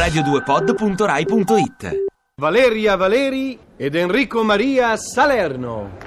radio2pod.rai.it. Valeria Valeri ed Enrico Maria Salerno.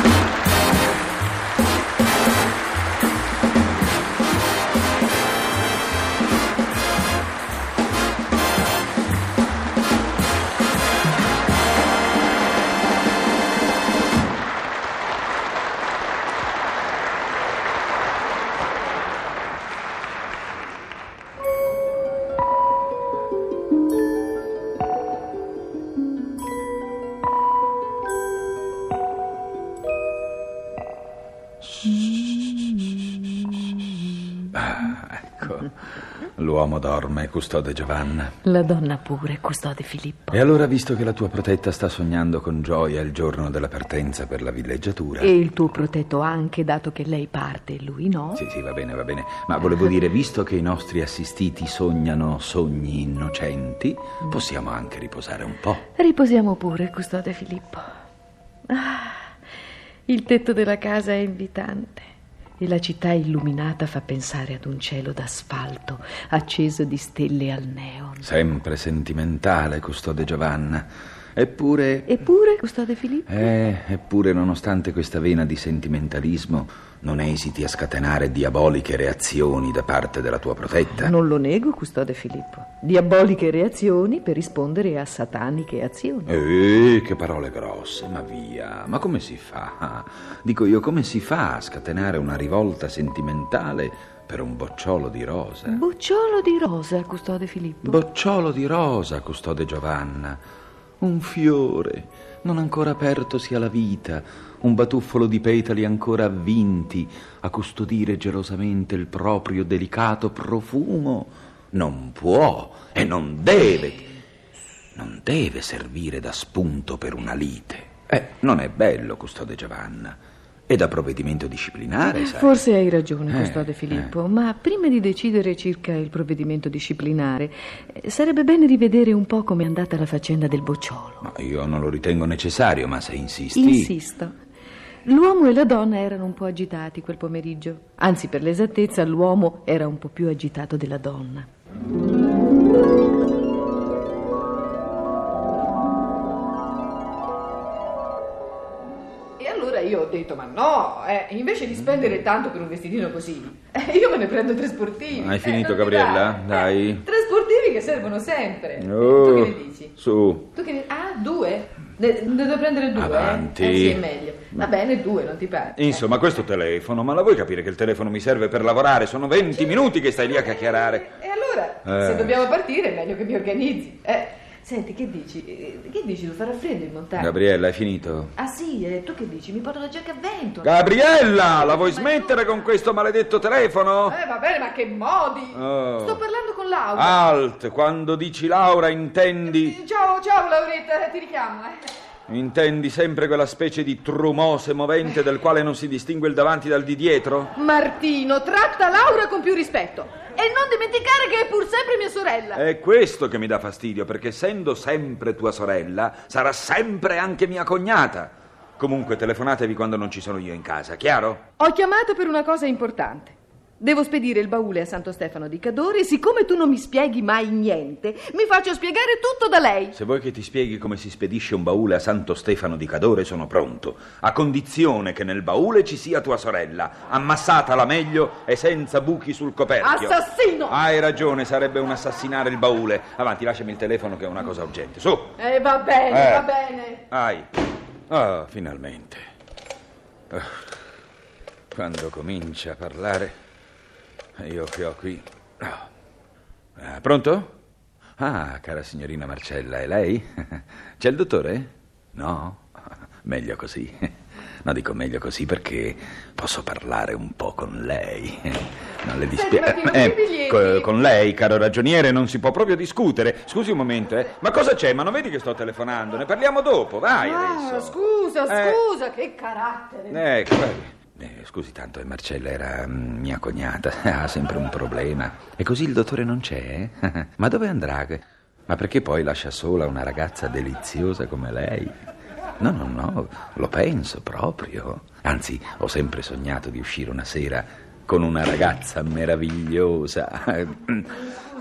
Ecco, l'uomo dorme, custode Giovanna. La donna pure, custode Filippo. E allora, visto che la tua protetta sta sognando con gioia il giorno della partenza per la villeggiatura... E il tuo protetto anche, dato che lei parte e lui no? Sì, va bene. Ma volevo dire, visto che i nostri assistiti sognano sogni innocenti, possiamo anche riposare un po'. Riposiamo pure, custode Filippo. Il tetto della casa è invitante. E la città illuminata fa pensare ad un cielo d'asfalto acceso di stelle al neon. Sempre sentimentale, custode Giovanna. Eppure, custode Filippo? Eppure, nonostante questa vena di sentimentalismo, non esiti a scatenare diaboliche reazioni da parte della tua protetta. Non lo nego, custode Filippo. Diaboliche reazioni per rispondere a sataniche azioni. Che parole grosse, ma via. Ma come si fa? Dico io, come si fa a scatenare una rivolta sentimentale per un bocciolo di rosa? Bocciolo di rosa, custode Filippo? Bocciolo di rosa, custode Giovanna. Un fiore non ancora apertosi alla vita, un batuffolo di petali ancora avvinti a custodire gelosamente il proprio delicato profumo, non può e non deve servire da spunto per una lite. Non è bello, custode Giovanna. E da provvedimento disciplinare, sai. Forse hai ragione, custode Filippo, ma prima di decidere circa il provvedimento disciplinare, sarebbe bene rivedere un po' com'è andata la faccenda del bocciolo. Ma io non lo ritengo necessario, ma se insisti... Insisto. L'uomo e la donna erano un po' agitati quel pomeriggio. Anzi, per l'esattezza, l'uomo era un po' più agitato della donna. Io ho detto, ma no, invece di spendere tanto per un vestitino così, io me ne prendo 3 sportivi. Hai finito, Gabriella? Dai. 3 sportivi che servono sempre. Tu che ne dici? Su. Tu che ne... 2? Ne devo prendere 2? Avanti. Sì, è meglio. Va bene, 2, non ti pare. Insomma, questo telefono, ma la vuoi capire che il telefono mi serve per lavorare? Sono 20 minuti che stai lì a chiacchierare. E allora, se dobbiamo partire, è meglio che mi organizzi. Senti, che dici? Che dici? Tu farà freddo in montagna? Gabriella, hai finito? Ah sì, tu che dici? Mi porto la giacca a vento. Gabriella, la vuoi smettere con questo maledetto telefono? Va bene, ma che modi? Sto parlando con Laura. Alt, quando dici Laura intendi... Ciao Lauretta, ti richiamo. Intendi sempre quella specie di trumose movente del quale non si distingue il davanti dal di dietro? Martino, tratta Laura con più rispetto. E non dimenticare che è pur sempre mia sorella. È questo che mi dà fastidio, perché essendo sempre tua sorella, sarà sempre anche mia cognata. Comunque telefonatevi quando non ci sono io in casa, chiaro? Ho chiamato per una cosa importante. Devo spedire il baule a Santo Stefano di Cadore e siccome tu non mi spieghi mai niente, mi faccio spiegare tutto da lei. Se vuoi che ti spieghi come si spedisce un baule a Santo Stefano di Cadore, sono pronto, a condizione che nel baule ci sia tua sorella, ammassatala meglio e senza buchi sul coperchio. Assassino! Hai ragione, sarebbe un assassinare il baule. Avanti, lasciami il telefono che è una cosa urgente, su. Va bene. Finalmente. Quando comincia a parlare... Io che ho qui... Pronto? Cara signorina Marcella, è lei? C'è il dottore? No? Meglio così. No, dico meglio così perché posso parlare un po' con lei. Non le dispiace? Con lei, caro ragioniere, non si può proprio discutere. Scusi un momento, Ma cosa c'è? Ma non vedi che sto telefonando? Ne parliamo dopo, vai adesso. Scusa, che carattere. Ecco, scusi tanto, Marcella era mia cognata, ha sempre un problema. E così il dottore non c'è? Ma dove andrà? Ma perché poi lascia sola una ragazza deliziosa come lei? No, lo penso proprio. Anzi, ho sempre sognato di uscire una sera con una ragazza meravigliosa.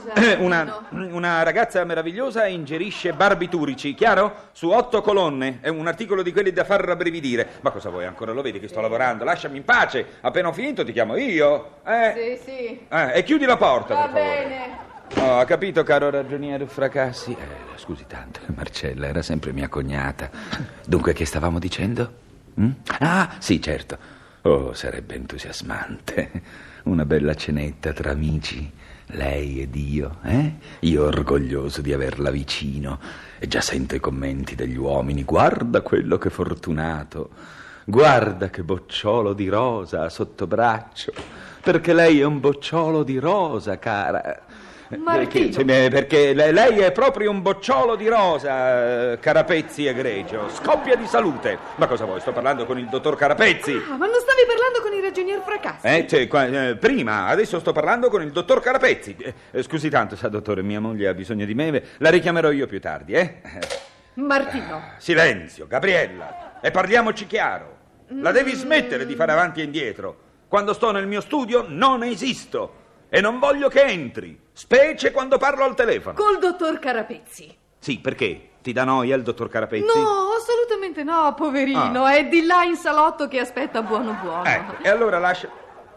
Una ragazza meravigliosa ingerisce barbiturici, chiaro? Su 8 colonne. È un articolo di quelli da far rabbrividire. Ma cosa vuoi ancora? Lo vedi che sto lavorando? Lasciami in pace. Appena ho finito ti chiamo io. Sì. E chiudi la porta, Va per favore. bene. Oh, ha capito, caro ragioniere Fracassi? Scusi tanto, Marcella era sempre mia cognata. Dunque, che stavamo dicendo? Ah, sì, certo. Oh, sarebbe entusiasmante. Una bella cenetta tra amici, lei ed io, Io orgoglioso di averla vicino. E già sento i commenti degli uomini. Guarda quello che fortunato. Guarda che bocciolo di rosa ha sotto braccio. Perché lei è un bocciolo di rosa, cara. Martino. Perché lei è proprio un bocciolo di rosa, Carapezzi egregio. Scoppia di salute. Ma cosa vuoi? Sto parlando con il dottor Carapezzi. Ma non stavi parlando con il ragionier Fracassi? Prima, adesso sto parlando con il dottor Carapezzi. Scusi tanto, sa dottore, mia moglie ha bisogno di me. La richiamerò io più tardi, Martino. Silenzio, Gabriella. E parliamoci chiaro. La devi smettere di fare avanti e indietro. Quando sto nel mio studio non esisto. E non voglio che entri, specie quando parlo al telefono. Col dottor Carapezzi. Sì, perché? Ti dà noia il dottor Carapezzi? No, assolutamente no, poverino. È di là in salotto che aspetta buono. Ecco, e allora lascia...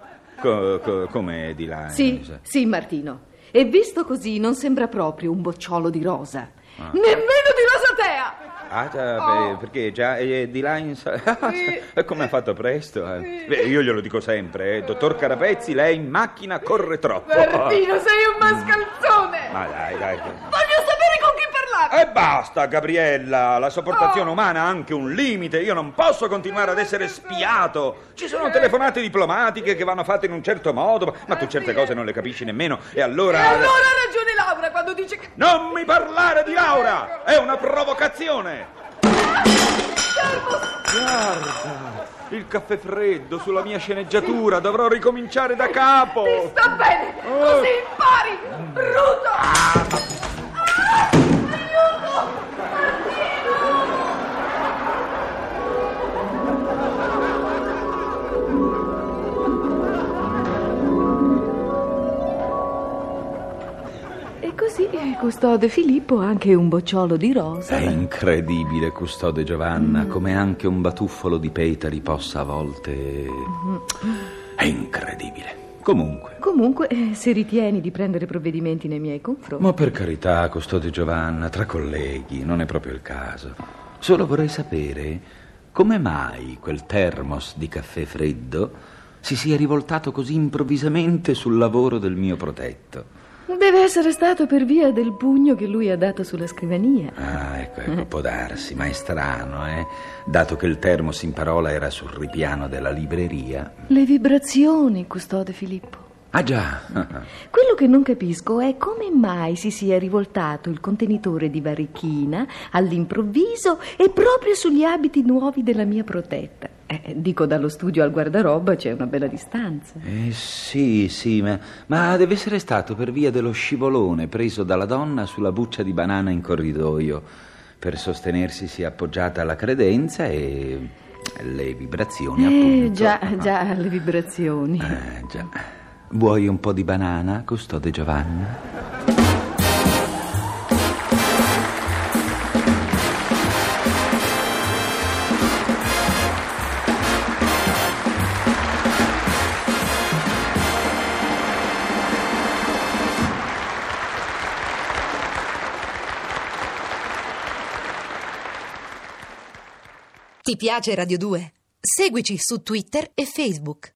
Come di là? Sì, Martino. E visto così non sembra proprio un bocciolo di rosa. Nemmeno di rosatea. Perché già è di là in... Come ha fatto presto? Beh, io glielo dico sempre, dottor Carapezzi, lei in macchina corre troppo. Martino, sei un mascalzone. Ma dai. Voglio sapere con chi parlare. E basta, Gabriella, la sopportazione umana ha anche un limite. Io non posso continuare ad essere spiato. Ci sono telefonate diplomatiche che vanno fatte in un certo modo, ma tu certe cose non le capisci nemmeno. E allora ha ragione Laura quando dice che... Non mi parlare di Laura! È una provocazione! Guarda, il caffè freddo sulla mia sceneggiatura. Dovrò ricominciare da capo. Ti sta bene, così impari, bruto! E così custode Filippo ha anche un bocciolo di rosa. È incredibile, custode Giovanna, come anche un batuffolo di petali possa a volte... È incredibile. Comunque, se ritieni di prendere provvedimenti nei miei confronti... Ma per carità, custode Giovanna, tra colleghi, non è proprio il caso. Solo vorrei sapere come mai quel termos di caffè freddo si sia rivoltato così improvvisamente sul lavoro del mio protetto. Deve essere stato per via del pugno che lui ha dato sulla scrivania. Ecco, può darsi, ma è strano, dato che il termos in parola era sul ripiano della libreria. Le vibrazioni, custode Filippo. Ah già. Quello che non capisco è come mai si sia rivoltato il contenitore di varichina all'improvviso e proprio sugli abiti nuovi della mia protetta. Dico, dallo studio al guardaroba c'è una bella distanza. Sì, ma deve essere stato per via dello scivolone preso dalla donna sulla buccia di banana in corridoio. Per sostenersi si è appoggiata alla credenza e le vibrazioni appunto. Già, le vibrazioni. Già. Vuoi un po' di banana, custode Giovanna? Ti piace Radio 2? Seguici su Twitter e Facebook.